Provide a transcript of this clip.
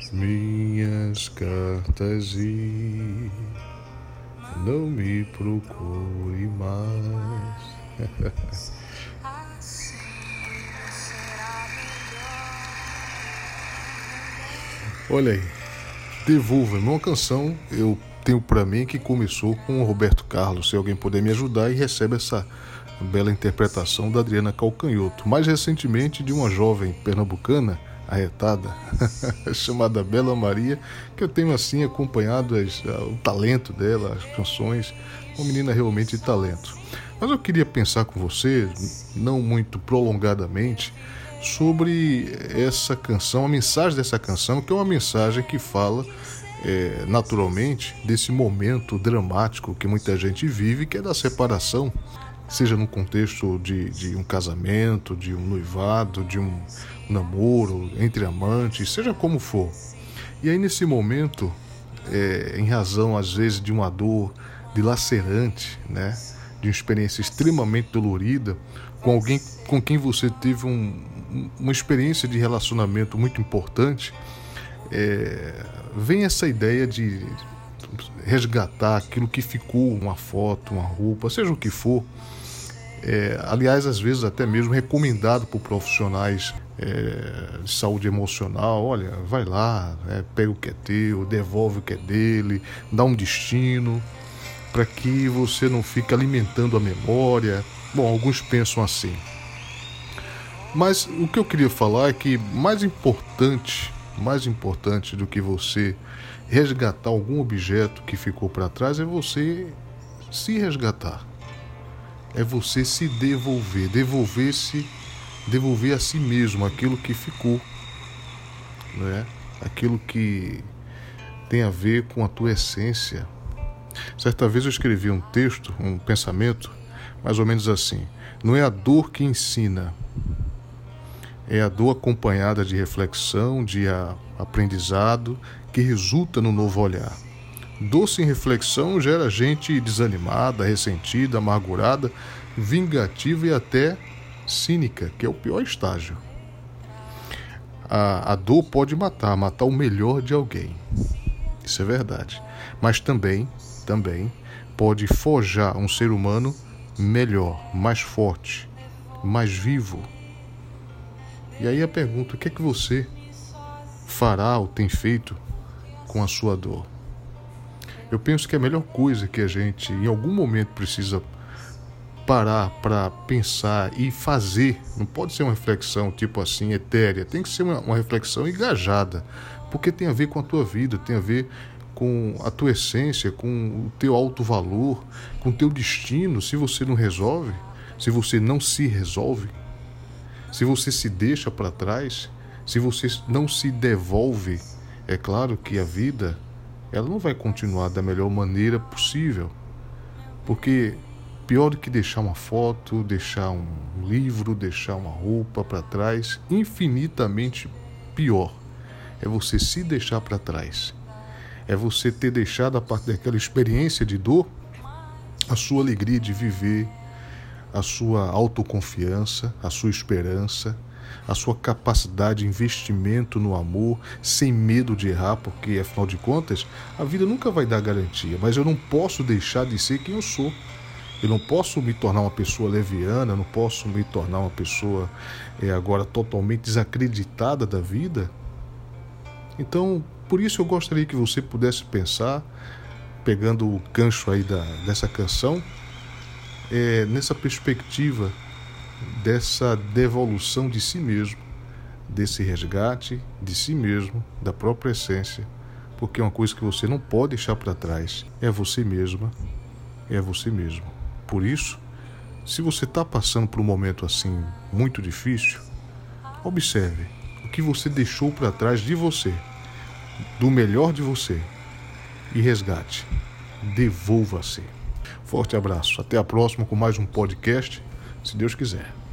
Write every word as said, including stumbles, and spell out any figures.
minhas cartas e não me procure mais. Olha aí, Devolva-me, uma canção eu tenho pra mim que começou com o Roberto Carlos, se alguém puder me ajudar, e recebe essa bela interpretação da Adriana Calcanhoto, mais recentemente de uma jovem pernambucana arretada, chamada Bela Maria, que eu tenho assim acompanhado as, o talento dela, as canções, uma menina realmente de talento. Mas eu queria pensar com você, não muito prolongadamente, sobre essa canção, a mensagem dessa canção, que é uma mensagem que fala é, naturalmente desse momento dramático que muita gente vive, que é da separação, seja no contexto de, de um casamento, de um noivado, de um namoro entre amantes, seja como for. E aí nesse momento, é, em razão às vezes de uma dor dilacerante, né, de uma experiência extremamente dolorida, com alguém com quem você teve um, uma experiência de relacionamento muito importante, é, vem essa ideia de resgatar aquilo que ficou, uma foto, uma roupa, seja o que for. É, aliás, às vezes até mesmo recomendado por profissionais é, de saúde emocional. Olha, vai lá, é, pega o que é teu, devolve o que é dele, dá um destino, para que você não fique alimentando a memória. Bom, alguns pensam assim. Mas o que eu queria falar é que mais importante, mais importante do que você resgatar algum objeto que ficou para trás é você se resgatar. É você se devolver, devolver-se, devolver a si mesmo aquilo que ficou, né? Aquilo que tem a ver com a tua essência. Certa vez eu escrevi um texto, um pensamento, mais ou menos assim: não é a dor que ensina, é a dor acompanhada de reflexão, de a, aprendizado, que resulta no novo olhar. Dor sem reflexão gera gente desanimada, ressentida, amargurada, vingativa e até cínica, que é o pior estágio. A, a dor pode matar, matar o melhor de alguém. Isso é verdade. Mas também, também pode forjar um ser humano melhor, mais forte, mais vivo. E aí a pergunta: o que é que você fará ou tem feito com a sua dor? Eu penso que a melhor coisa que a gente em algum momento precisa parar para pensar e fazer, não pode ser uma reflexão tipo assim, etérea, tem que ser uma, uma reflexão engajada, porque tem a ver com a tua vida, tem a ver com a tua essência, com o teu alto valor, com o teu destino. Se você não resolve, se você não se resolve, se você se deixa para trás, se você não se devolve, é claro que a vida ela não vai continuar da melhor maneira possível, porque pior do que deixar uma foto, deixar um livro, deixar uma roupa para trás, infinitamente pior é você se deixar para trás. É você ter deixado, a parte daquela experiência de dor, a sua alegria de viver, a sua autoconfiança, a sua esperança, a sua capacidade de investimento no amor, sem medo de errar, porque, afinal de contas, a vida nunca vai dar garantia, mas eu não posso deixar de ser quem eu sou. Eu não posso me tornar uma pessoa leviana, não posso me tornar uma pessoa é, agora totalmente desacreditada da vida. Então, por isso eu gostaria que você pudesse pensar, pegando o gancho aí da, dessa canção, é, nessa perspectiva dessa devolução de si mesmo, desse resgate de si mesmo, da própria essência, porque uma coisa que você não pode deixar para trás é você mesma, é você mesmo. Por isso, se você está passando por um momento assim muito difícil, observe o que você deixou para trás de você, do melhor de você, e resgate, devolva-se. Forte abraço, até a próxima com mais um podcast, se Deus quiser.